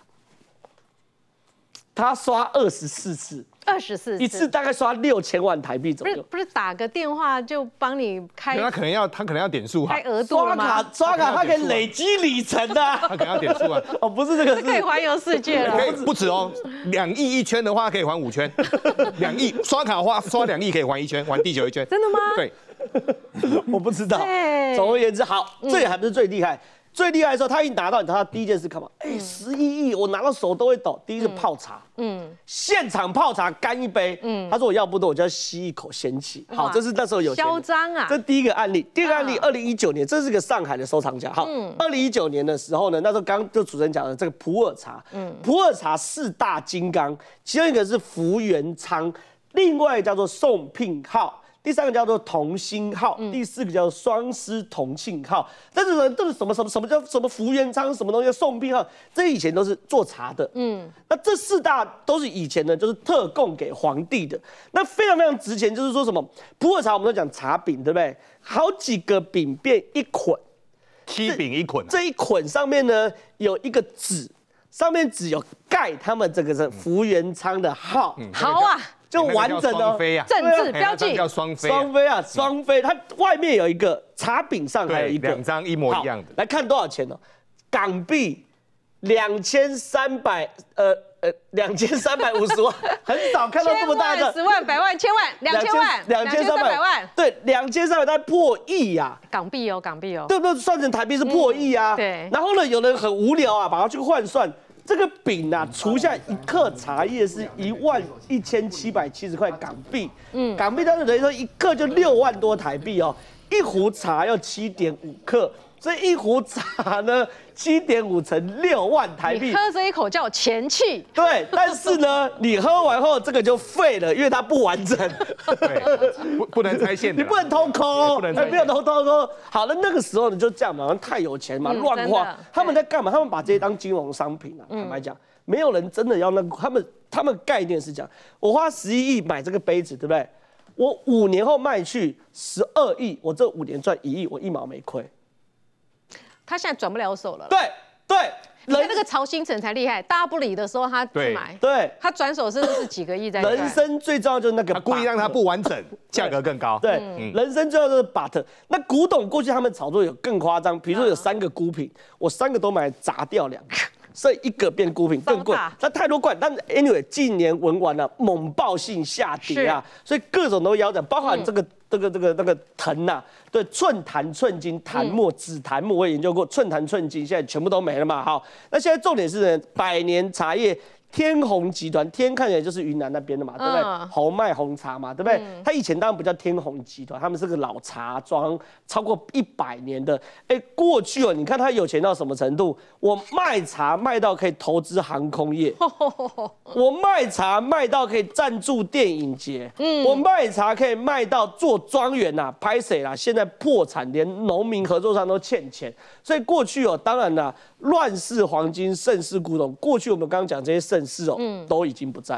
他刷二十四次， 二十四一次大概刷六千万台币左右。 不是不是打个电话就帮你开？ 他可能要他可能要点数哈， 开额度了吗？ 刷卡刷卡，他可以累积里程的、啊。 他可能要点数啊。 哦，不是这个， 是可以环游世界了。 可以不止哦，两亿一圈的话可以还五圈，两亿刷卡的话刷两亿可以还一圈，还地球一圈。 真的吗？ 对， 我不知道。总而言之，好，这也还不是最厉害。最厉害的时候，他一拿到，你知道他第一件事干嘛？哎，十一亿，我拿到手都会抖。第一是泡茶，嗯，现场泡茶干一杯，嗯，他说我要不得，我就要吸一口仙气。好，这是那时候有嚣张啊。 这第一个案例，第二个案例，二零一九年，这是个上海的收藏家。好，二零一九年的时候呢，那时候刚就主持人讲的这个普洱茶，嗯，普洱茶四大金刚，其中一个是福元昌，另外一个叫做宋聘号。第三个叫做同心号，嗯、第四个叫做双狮同庆号。但是呢，这是什么什么什么叫什么福元昌什么东西？宋聘号，这以前都是做茶的。嗯，那这四大都是以前呢，就是特供给皇帝的。那非常非常值钱，就是说什么普洱茶，我们都讲茶饼，对不对？好几个饼变一捆， 七饼一捆、啊。 这一捆上面呢有一个纸，上面只有盖他们这个是福元昌的号。 嗯、 好啊。 就完整的政治标记叫双飞， 双飞啊，双飞，它外面有一个茶饼上还有一个两张一模一样的。 来看多少钱呢？港币两千三百呃呃两千三百五十万，很少看到这么大的。 十万、百万、千万、两千万、 两千三百万，对，两千三百万破亿呀！ 港币哦，港币哦， 对不对？算成台币是破亿啊。对。然后呢，有人很无聊啊，把它去换算。这个饼啊，除下一克茶叶是一万一千七百七十块港币，嗯，港币当时等于说一克就六万多台币哦，一壶茶要七点五克，所以一壶茶呢，七点五乘六万台币。 你喝这一口叫钱气。 对，但是呢，你喝完后这个就废了，因为它不完整， 对，不不能拆线的， 你不能偷抠，还没有偷偷抠。好了，那个时候呢就这样嘛，太有钱嘛，乱花。他们在干嘛？他们把这些当金融商品啊。坦白讲，没有人真的要那个，他们他们概念是讲，我花十一亿买这个杯子，对不对？我五年后卖去十二亿，我这五年赚一亿，我一毛没亏。 他现在转不了手了。 对对， 你看那个曹兴诚才厉害，大家不理的时候他去买， 对， 他转手是是几个亿在。 人生最重要就是那个， 他故意让它不完整，价格更高。 对，嗯、人生最重要就是 but。那古董过去他们炒作有更夸张，比如说有三个孤品，我三个都买砸掉两个。所以一个变孤品更贵，那太多怪。但 anyway， 近年文玩啊猛爆性下跌啊，所以各种都腰斩，包含这个、嗯、这个这个那个藤呐、啊，对，寸檀寸金檀木、紫檀木我也研究过，寸檀寸金现在全部都没了嘛。好，那现在重点是呢，百年茶叶。天弘集团，天看起来就是云南那边的嘛，对不对？嗯、红麦红茶嘛，对不对？嗯、它以前当然不叫天弘集团，他们是个老茶庄，超过一百年的。哎，过去哦，你看他有钱到什么程度？我卖茶卖到可以投资航空业，我卖茶卖到可以赞助电影节，嗯、我卖茶可以卖到做庄园呐，拍谁啦？现在破产，连农民合作商都欠钱。所以过去哦，当然啦，乱世黄金，盛世古董。过去我们刚刚讲这些盛。是哦，嗯、都已经不在了。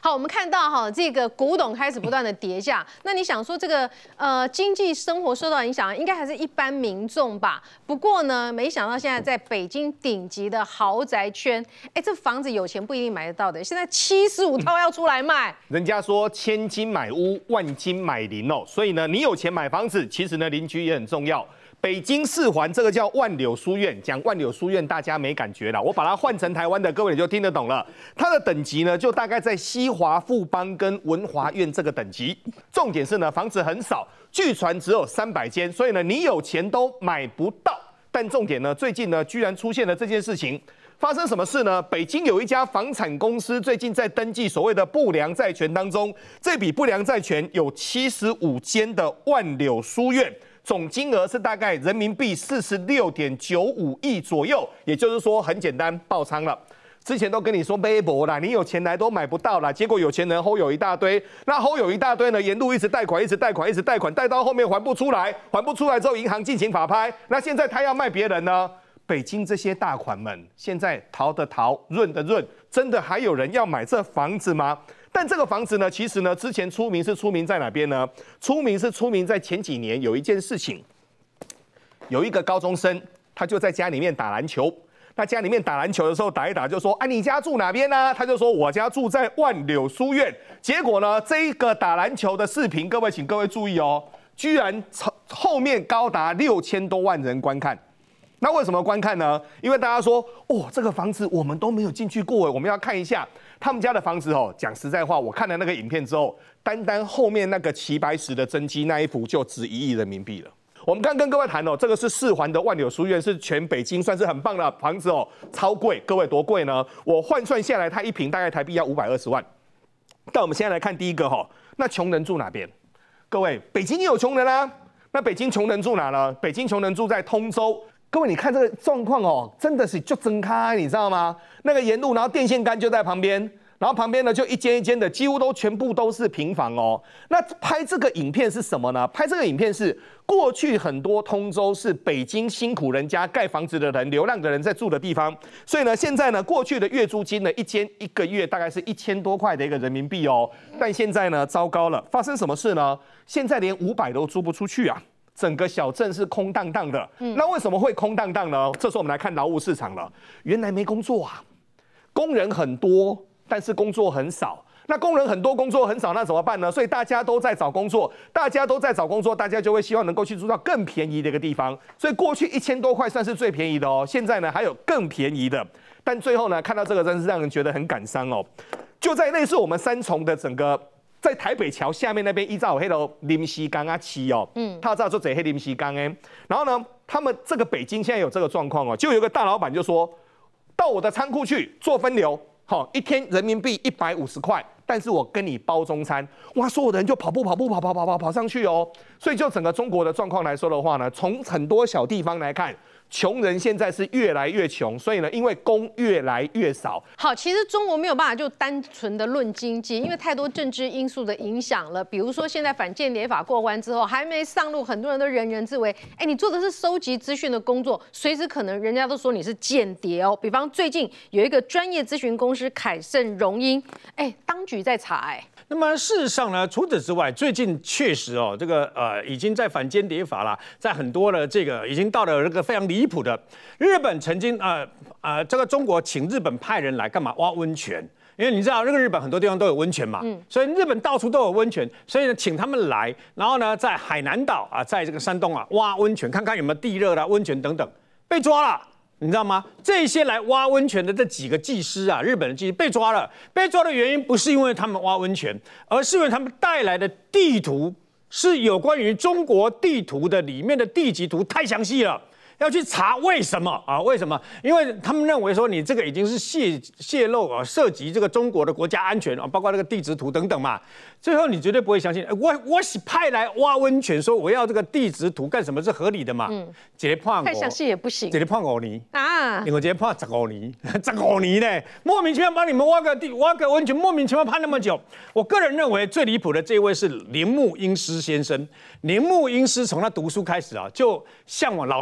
好，我们看到哈，这个古董开始不断的跌价，那你想说这个呃经济生活受到影响，应该还是一般民众吧？不过呢，没想到现在在北京顶级的豪宅圈，哎，这房子有钱不一定买得到的，现在七十五套要出来卖。 人家说千金买屋，万金买邻哦，所以呢，你有钱买房子，其实呢，邻居也很重要。北京四环这个叫万柳书院，讲万柳书院大家没感觉了，我把它换成台湾的，各位你就听得懂了。它的等级呢，就大概在西华富邦跟文华苑这个等级。重点是呢，房子很少，据传只有三百间，所以呢，你有钱都买不到。但重点呢，最近呢，居然出现了这件事情。发生什么事呢？北京有一家房产公司最近在登记所谓的不良债权当中，这笔不良债权有七十五间的万柳书院。总金额是大概人民币四十六点九五亿左右，也就是说很简单，爆仓了。之前都跟你说微博啦，你有钱来都买不到啦，结果有钱人吼有一大堆，那吼有一大堆呢，沿路一直贷款，一直贷款，一直贷款，贷到后面还不出来，还不出来之后，银行进行法拍，那现在他要卖别人呢？北京这些大款们现在逃的逃，润的润，真的还有人要买这房子吗？但这个房子呢，其实呢，之前出名是出名在哪边呢？出名是出名在前几年有一件事情，有一个高中生，他就在家里面打篮球。那家里面打篮球的时候打一打，就说：“啊，你家住哪边呢？”他就说：“我家住在万柳书院。”结果呢，这一个打篮球的视频，各位请各位注意哦，居然后面高达六千多万人观看。那为什么观看呢？因为大家说，哦，这个房子我们都没有进去过，我们要看一下他们家的房子哦。讲实在话，我看了那个影片之后，单单后面那个齐白石的真迹那一幅就值一亿人民币了。我们刚跟各位谈哦，这个是四环的万柳书院，是全北京算是很棒的房子哦，超贵。各位多贵呢？我换算下来，它一平大概台币要五百二十万。但我们现在来看第一个哈，那穷人住哪边？各位，北京也有穷人啊。那北京穷人住哪呢？北京穷人住在通州。各位，你看这个状况哦，真的是就睁开，你知道吗？那个沿路，然后电线杆就在旁边，然后旁边呢就一间一间的，几乎都全部都是平房哦。那拍这个影片是什么呢？拍这个影片是过去很多通州是北京辛苦人家盖房子的人、流浪的人在住的地方，所以呢，现在呢，过去的月租金呢，一间一个月大概是一千多块的一个人民币哦。但现在呢，糟糕了，发生什么事呢？现在连五百都租不出去啊！整个小镇是空荡荡的，嗯、那为什么会空荡荡呢？这时候我们来看劳务市场了。原来没工作啊，工人很多，但是工作很少。那工人很多，工作很少，那怎么办呢？所以大家都在找工作，大家都在找工作，大家就会希望能够去住到更便宜的一个地方。所以过去一千多块算是最便宜的哦，现在呢还有更便宜的。但最后呢，看到这个真是让人觉得很感伤哦。就在类似我们三重的整个。在台北桥下面那边依照黑楼临时港啊七哦，嗯，他知道做这黑临时港哎，然后呢，他们这个北京现在有这个状况哦，就有个大老板就说，到我的仓库去做分流，好，一天人民币一百五十块，但是我跟你包中餐，哇，所有的人就跑步跑步跑跑跑跑跑上去哦，所以就整个中国的状况来说的话呢，从很多小地方来看。穷人现在是越来越穷，所以呢，因为工越来越少。 好，其实中国没有办法就单纯的论经济，因为太多政治因素的影响了。比如说，现在反间谍法过关之后，还没上路，很多人都人人自危。哎，你做的是收集资讯的工作，随时可能人家都说你是间谍哦。比方最近有一个专业咨询公司凯盛荣英，哎，当局在查哎。 那么事实上呢，除此之外，最近确实哦，这个呃已经在反间谍法啦，在很多的这个已经到了这个非常离谱的。日本曾经呃呃这个中国请日本派人来干嘛？挖温泉。因为你知道，那个日本很多地方都有温泉嘛，嗯、所以日本到处都有温泉，所以呢，请他们来，然后呢，在海南岛啊，在这个山东啊挖温泉，看看有没有地热啦、温泉等等，被抓了。你知道吗？这些来挖温泉的这几个技师啊，日本的技师被抓了。被抓的原因不是因为他们挖温泉，而是因为他们带来的地图是有关于中国地图的里面的地籍图太详细了。要去查为什么啊？为什么？因为他们认为说你这个已经是泄泄露啊，涉及这个中国的国家安全啊，包括那个地质图等等嘛。最后你绝对不会相信，我我是派来挖温泉，说我要这个地质图干什么是合理的嘛？嗯，直接判我， 太详细也不行， 直接判五年啊， 另外直接判十五年，十五年呢，莫名其妙帮你们挖个地挖个温泉，莫名其妙判那么久。我个人认为最离谱的这一位是铃木英师先生。铃木英师从他读书开始啊，就向往老师就跟他讲。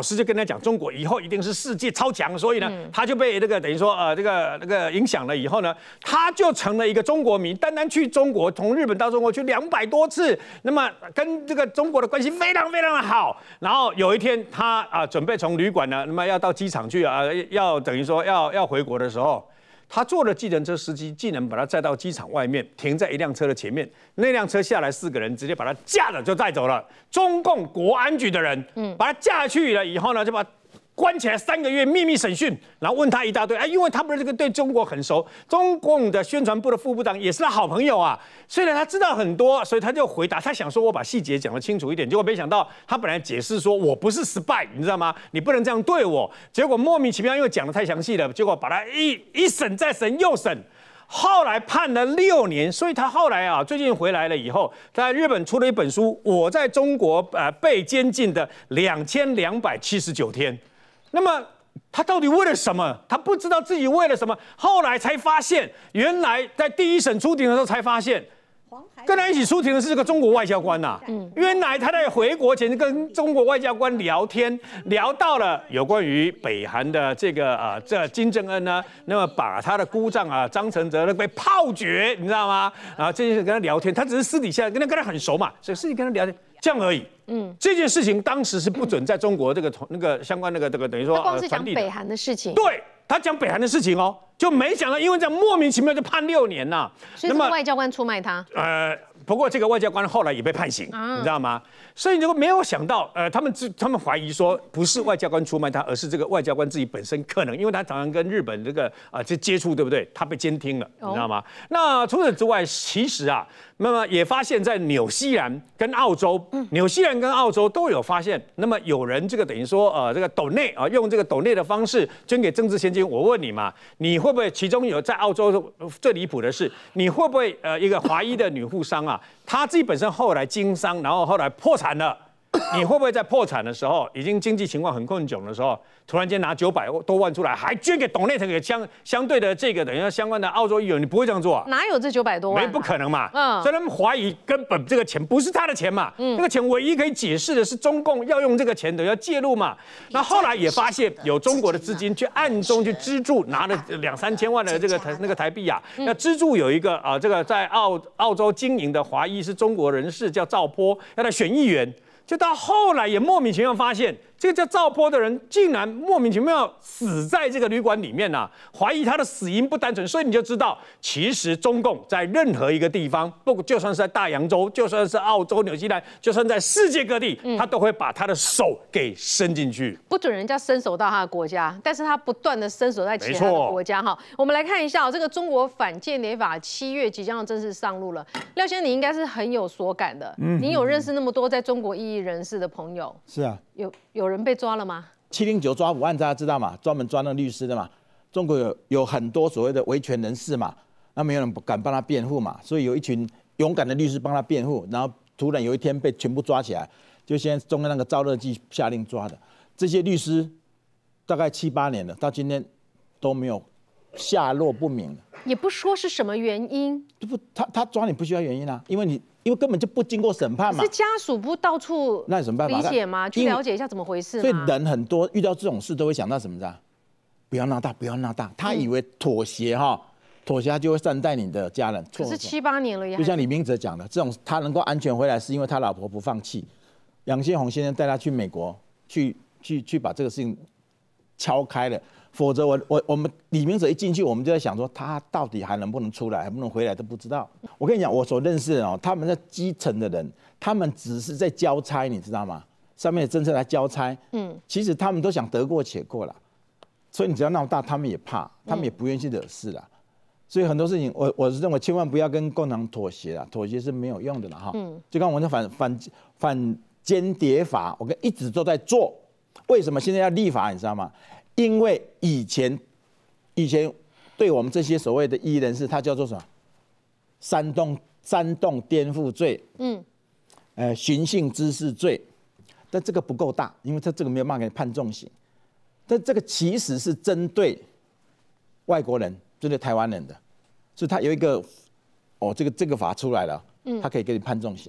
讲中国以后一定是世界超强，所以呢，他就被那个等于说呃这个那个影响了以后呢，他就成了一个中国迷，单单去中国，从日本到中国去两百多次，那么跟这个中国的关系非常非常的好。然后有一天他啊准备从旅馆呢，那么要到机场去啊，要等于说要要回国的时候。他坐的计程车司机竟然把他载到机场外面，停在一辆车的前面。那辆车下来四个人，直接把他架着就带走了。中共国安局的人，嗯，把他架下去了以后呢，就把他关起来三个月，秘密审讯，然后问他一大堆。哎，因为他不是这个对中国很熟，中共的宣传部的副部长也是他好朋友啊，所以呢他知道很多，所以他就回答，他想说我把细节讲得清楚一点，结果没想到他本来解释说我不是 spy， 你知道吗？你不能这样对我，结果莫名其妙因为讲得太详细了，结果把他一一审再审又审。后来判了六年，所以他后来啊，最近回来了以后，在日本出了一本书，我在中国呃被监禁的两千两百七十九天。那么他到底为了什么？他不知道自己为了什么。后来才发现，原来在第一审出庭的时候才发现，跟他一起出庭的是这个中国外交官呐、啊。嗯，原来他在回国前跟中国外交官聊天，聊到了有关于北韩的这个啊，这金正恩呢，那么把他的姑丈啊张承泽呢被炮决，你知道吗？然后这件事跟他聊天，他只是私底下跟他跟他很熟嘛，所以私底跟他聊天。这样而已。嗯，这件事情当时是不准在中国这个那个相关那个这个等于说他光是讲传递北韩的事情， 对他讲北韩的事情哦，就没想到因为这样莫名其妙就判六年呐、啊。 所以这个外交官出卖他。 呃，不过这个外交官后来也被判刑，啊、你知道吗？所以如果没有想到，呃，他们他们怀疑说不是外交官出卖他，而是这个外交官自己本身可能，因为他常常跟日本这个啊这、呃、接触，对不对？他被监听了，你知道吗？哦、那除此之外，其实啊。那么也发现，在纽西兰跟澳洲，纽西兰跟澳洲都有发现。那么有人这个等于说，呃，这个斗内啊，用这个斗内的方式捐给政治献金。我问你嘛，你会不会？其中有在澳洲最离谱的是，你会不会呃，一个华裔的女护商啊，她自己本身后来经商，然后后来破产了。你会不会在破产的时候，已经经济情况很困窘的时候，突然间拿九百多万出来，还捐给董内特给相相对的这个等于说相关的澳洲议员？你不会这样做啊？ 哪有这九百多万、啊？ 没不可能嘛。嗯，所以他们怀疑根本这个钱不是他的钱嘛。嗯，这个钱唯一可以解释的是中共要用这个钱的要介入嘛。那后来也发现有中国的资金去暗中去资助，拿了两三千万的这个台那个台币啊，要资助有一个啊这个在澳澳洲经营的华裔是中国人士叫赵波，要来选议员。就到后来也莫名其妙发现，这个叫赵波的人竟然莫名其妙死在这个旅馆里面呐、啊，怀疑他的死因不单纯，所以你就知道，其实中共在任何一个地方，不就算是在大洋洲，就算是澳洲、纽西兰，就算在世界各地，他都会把他的手给伸进去， 不准人家伸手到他的国家，但是他不断的伸手在其他的国家哈。我们来看一下、哦、这个中国反间谍法七月即将要正式上路了，廖先生你应该是很有所感的，嗯、你有认识那么多在中国异议人士的朋友？ 是啊， 有有人被抓了吗？ 七零九抓五案，大家知道嘛？专门抓那律师的嘛。中国有有很多所谓的维权人士嘛，那没有人敢帮他辩护嘛，所以有一群勇敢的律师帮他辩护，然后突然有一天被全部抓起来，就现在中央那个赵乐际下令抓的这些律师，大概七八年了，到今天都没有下落不明， 也不说是什么原因。 不，他他抓你不需要原因啊，因为你。因为根本就不经过审判嘛， 是家属不到处那有什么办法理解吗？去了解一下怎么回事吗？ 所以人很多遇到这种事都会想到什么的，不要闹大，不要闹大。他以为妥协哈，妥协他就会善待你的家人。 可是七八年了呀， 就像李明哲讲的，这种他能够安全回来，是因为他老婆不放弃。杨宪宏先生带他去美国，去去去把这个事情敲开了。否则我我我们李明哲一进去，我们就在想说他到底还能不能出来，还不能回来都不知道。我跟你讲，我所认识的哦，他们在基层的人，他们只是在交差，你知道吗？上面的政策来交差，嗯，其实他们都想得过且过啦。所以你只要闹大，他们也怕，他们也不愿意去惹事啦。所以很多事情，我我是认为千万不要跟共党妥协啦，妥协是没有用的啦哈。嗯，就刚我们的反反反间谍法，我跟一直都在做，为什么现在要立法？你知道吗？因为以前，以前对我们这些所谓的异议人士，他叫做什么？煽动煽动颠覆罪，嗯，呃，寻衅滋事罪，但这个不够大，因为他这个没有办法给你判重刑。但这个其实是针对外国人，针对台湾人的，所以他有一个，哦，这个这个法出来了，嗯，他可以给你判重刑。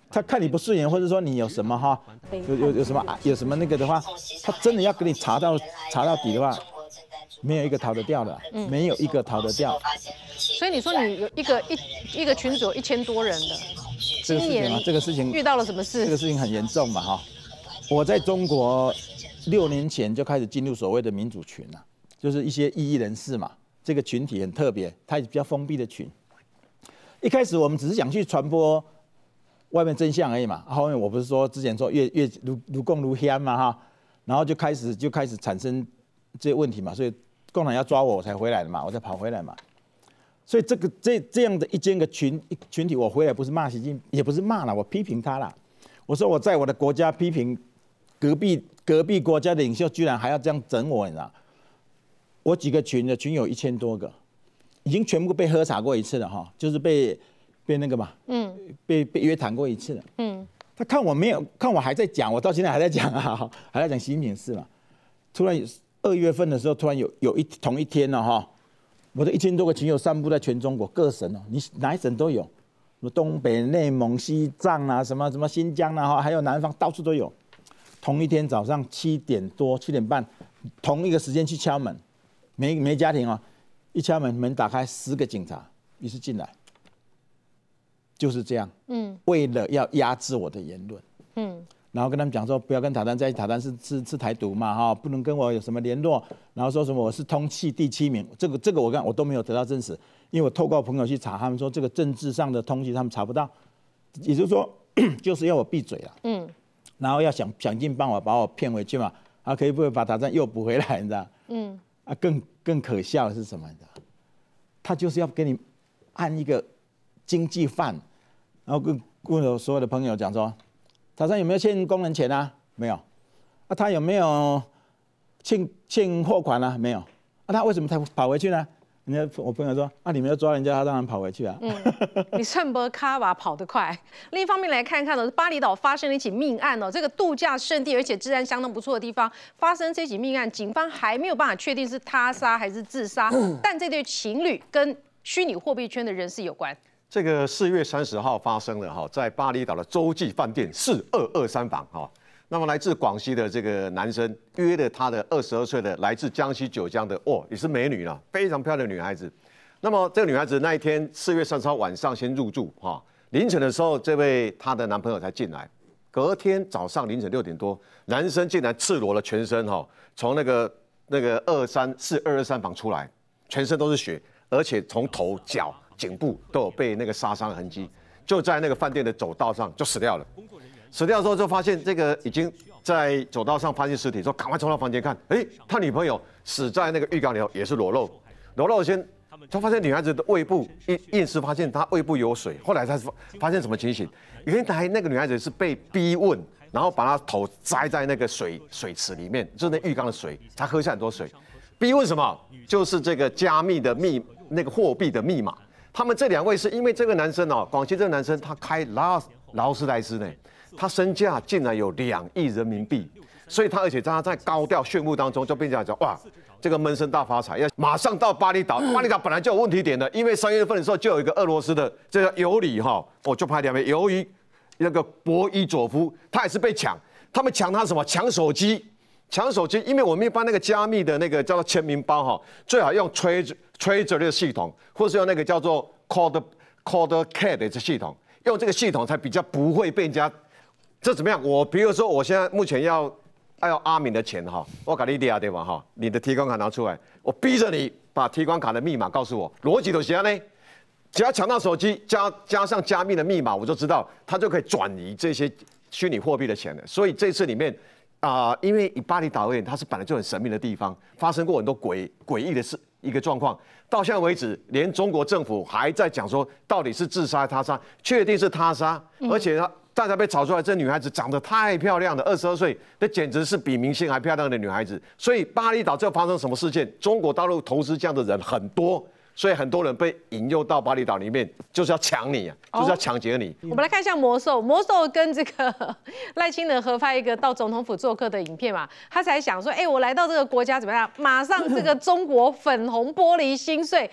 他看你不顺眼，或者说你有什么哈，有有有什么有什么那个的话，他真的要给你查到查到底的话，没有一个逃得掉的，嗯、没有一个逃得掉。 所以你说你有一个一一个群组有一千多人的， 这个事情啊，这个事情遇到了什么事？ 这个事情很严重嘛哈。我在中国六年前就开始进入所谓的民主群了，就是一些异议人士嘛，这个群体很特别，它也比较封闭的群。一开始我们只是想去传播外面真相而已嘛，后面我不是说之前说越越如如共如香嘛哈，然后就开始就开始产生这些问题嘛，所以共产党要抓我，我才回来的嘛，我才跑回来嘛。所以这个这这样的一间个群群体，我回来不是骂习近平，也不是骂了，我批评他了。我说我在我的国家批评隔壁隔壁国家的领袖，居然还要这样整我，你知道？我几个群的群有一千多个。已经全部被喝茶过一次了哈，就是被被那个嘛，嗯，被被约谈过一次了，嗯。他看我没有，看我还在讲，我到现在还在讲啊，还在讲习近平事嘛。突然二月份的时候，突然有有一同一天了哈，我的一千多个群友散布在全中国各省哦，你哪一省都有，什么东北、内蒙、西藏啊，什么什么新疆啊，哈，还有南方，到处都有。同一天早上七点多、七点半，同一个时间去敲门，每每家庭哦。一敲门，门打开，十个警察于是进来，就是这样。嗯，为了要压制我的言论，嗯，然后跟他们讲说，不要跟塔丹在一起，塔丹是是是台独嘛，哈，不能跟我有什么联络。然后说什么我是通气第七名，这个这个我看我都没有得到证实，因为我透过朋友去查，他们说这个政治上的通气他们查不到，也就是说就是要我闭嘴了。嗯，然后要想想尽办法把我骗回去嘛，啊，可以不可以把塔丹又补回来，你知道？嗯，啊，更更可笑的是什么？你知道？他就是要给你按一个经济犯，然后跟跟我所有的朋友讲说，塔山有没有欠工人钱啊？没有。啊，他有没有欠欠货款啊？没有。啊，他为什么才跑回去呢？人家我朋友说，啊，你们要抓人家，他当然跑回去啊。嗯， 你趁波卡吧跑得快。另一方面来看看呢，巴厘岛发生了一起命案哦，这个度假胜地而且治安相当不错的地方发生这起命案，警方还没有办法确定是他杀还是自杀，但这对情侣跟虚拟货币圈的人士有关。 这个四月三十号发生了哈，在巴厘岛的洲际饭店四二二三房哈。那么来自广西的这个男生约了他的二十二岁的来自江西九江的哦，也是美女了，非常漂亮的女孩子。那么这个女孩子那一天四月三十号晚上先入住哈，凌晨的时候这位她的男朋友才进来。隔天早上凌晨六点多，男生竟然赤裸了全身哈，从那个那个二三四二二三房出来，全身都是血，而且从头脚颈部都有被那个杀伤痕迹，就在那个饭店的走道上就死掉了。死掉之后就发现这个已经在走道上发现尸体，说赶快冲到房间看，哎，他女朋友死在那个浴缸里头，也是裸露，裸露先，就发现女孩子的胃部验验尸发现她胃部有水，后来才发现什么情形？原来那个女孩子是被逼问，然后把她头栽在那个水水池里面，就是那浴缸的水，才喝下很多水。逼问什么？就是这个加密的密那个货币的密码。他们这两位是因为这个男生哦，广西这个男生他开劳劳斯莱斯呢。他身价竟然有两亿人民币，所以他而且他在高调炫富当中就变成讲哇，这个闷声大发财，要马上到巴厘岛。巴厘岛本来就有问题点的，因为三月份的时候就有一个俄罗斯的这个尤里哈，我就拍两枚由于那个博伊佐夫，他也是被抢，他们抢他什么？抢手机，抢手机，因为我们一般那个加密的那个叫做签名包哈，最好用 Trezor Trezor 的系统，或是用那个叫做 Code Code Cat 的系统，用这个系统才比较不会被人家。这怎么样？我比如说，我现在目前要要阿敏的钱哈，我给你利亚对吧哈？你的提款卡拿出来，我逼着你把提款卡的密码告诉我。逻辑就是这样呢，只要抢到手机加加上加密的密码，我就知道他就可以转移这些虚拟货币的钱了。所以这次里面啊、呃，因为以巴厘岛而言，它是本来就很神秘的地方，发生过很多诡诡异的事一个状况。到现在为止，连中国政府还在讲说，到底是自杀他杀，确定是他杀，而且他。大家被炒出来，这女孩子长得太漂亮了，二十二岁，那简直是比明星还漂亮的女孩子。所以巴厘岛这发生什么事件？中国大陆投资这样的人很多，所以很多人被引诱到巴厘岛里面，就是要抢你啊，就是要抢劫你。 我们来看一下魔兽，魔兽跟这个赖清德合拍一个到总统府做客的影片嘛，他才想说，哎、欸，我来到这个国家怎么样？马上这个中国粉红玻璃心碎。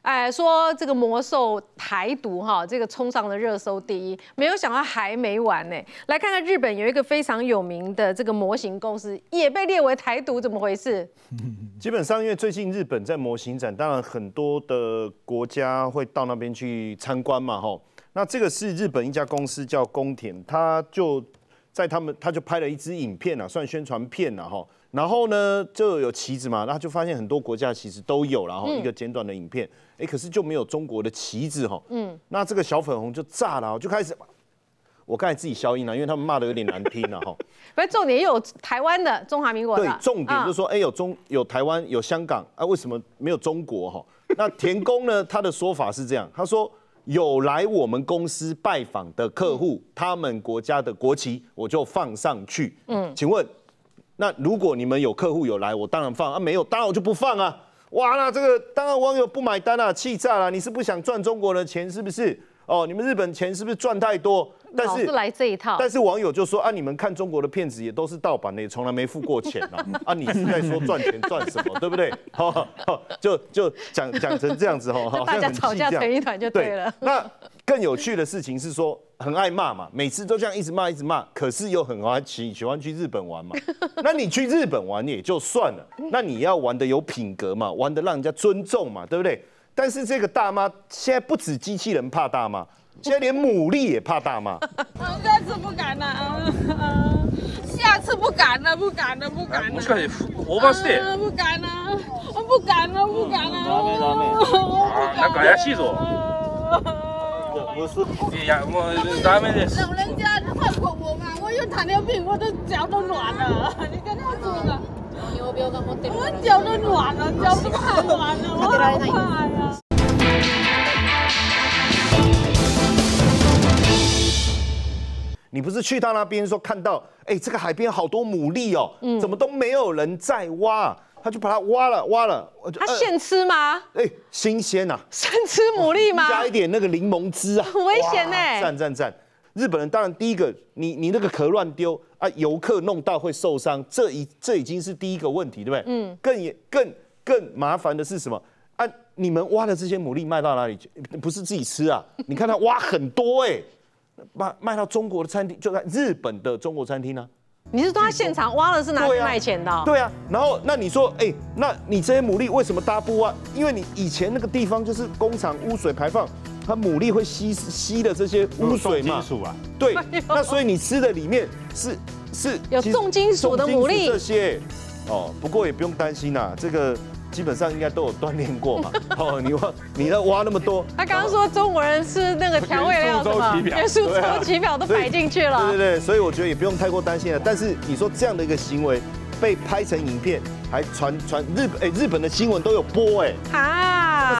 哎，说这个魔兽台独哈，这个冲上了热搜第一，没有想到还没完呢。来看看日本有一个非常有名的这个模型公司，也被列为台独，怎么回事？ 基本上，因为最近日本在模型展，当然很多的国家会到那边去参观嘛，哈。那这个是日本一家公司叫宫田，他就在他们他就拍了一支影片啊，算宣传片啊，哈。然后呢，就有旗子嘛，那就发现很多国家其实都有，然后一个简短的影片，哎、嗯，可是就没有中国的旗子哈。嗯，那这个小粉红就炸了，就开始，我刚才自己消音了，因为他们骂的有点难听了哈。 不是重点，也有台湾的、中华民国的。 对，重点就是说，哎、嗯，有中有台湾有香港啊，为什么没有中国哈？那田宫呢，他的说法是这样，他说有来我们公司拜访的客户，嗯、他们国家的国旗我就放上去。嗯，请问。那如果你们有客户有来，我当然放啊；没有，当然我就不放啊。哇，那这个当然网友不买单啊，气炸了！你是不想赚中国的钱是不是？哦，你们日本钱是不是赚太多？但是老是来这一套。 但是网友就说啊，你们看中国的片子也都是盗版的，也从来没付过钱啊！啊，你是在说赚钱赚什么，对不对？哦，就就讲讲成这样子哦，好像大家吵架成一团就对了。 那更有趣的事情是说，很爱骂嘛，每次都这样一直骂一直骂，可是又很欢喜喜欢去日本玩嘛。那你去日本玩也就算了，那你要玩的有品格嘛，玩的让人家尊重嘛，对不对？但是这个大妈现在不止机器人怕大妈，现在连牡蛎也怕大妈。 这次不敢了，下次不敢了，不敢了，不敢了。 もしかしてオーバーステイ？ 不敢了，不敢了，不敢了。ダメダメ。 なんか怪しいぞ。 不是，哎呀，我咱们的老人家换口我嘛，我有糖尿病，我的脚都软了。你跟他说的，我脚都软了，脚都太软了，我好怕呀。 你不是去到那边说看到，哎、欸，这个海边好多牡蛎哦，嗯、怎么都没有人在挖？他就把它挖了，挖了。 他现吃吗？ 哎、欸，新鲜呐、啊！ 生吃牡蛎吗？ 加一点那个柠檬汁啊， 很危险呢、欸。 赞赞赞！日本人当然第一个，你你那个壳乱丢啊，游客弄到会受伤，这一这已经是第一个问题，对不对？嗯。更也更更麻烦的是什么？啊，你们挖的这些牡蛎卖到哪里去？不是自己吃啊？你看他挖很多哎、欸，卖卖到中国的餐厅，就在日本的中国餐厅呢、啊。 你是说他现场挖的是拿去卖钱的、哦？ 对啊，然后那你说，哎、欸，那你这些牡蛎为什么大家不挖？因为你以前那个地方就是工厂污水排放，它牡蛎会吸吸的这些污水嘛， 金属啊， 对，那所以你吃的里面是是有重金属的牡蛎这些，哦，不过也不用担心啦，这个。基本上应该都有锻炼过嘛。哦，你挖你要挖那么多。 他刚刚说中国人吃那个调味料什么元素周期表都摆进去了。 对对对，所以我觉得也不用太过担心了。但是你说这样的一个行为被拍成影片，还传传日本哎日本的新闻都有播哎。 啊。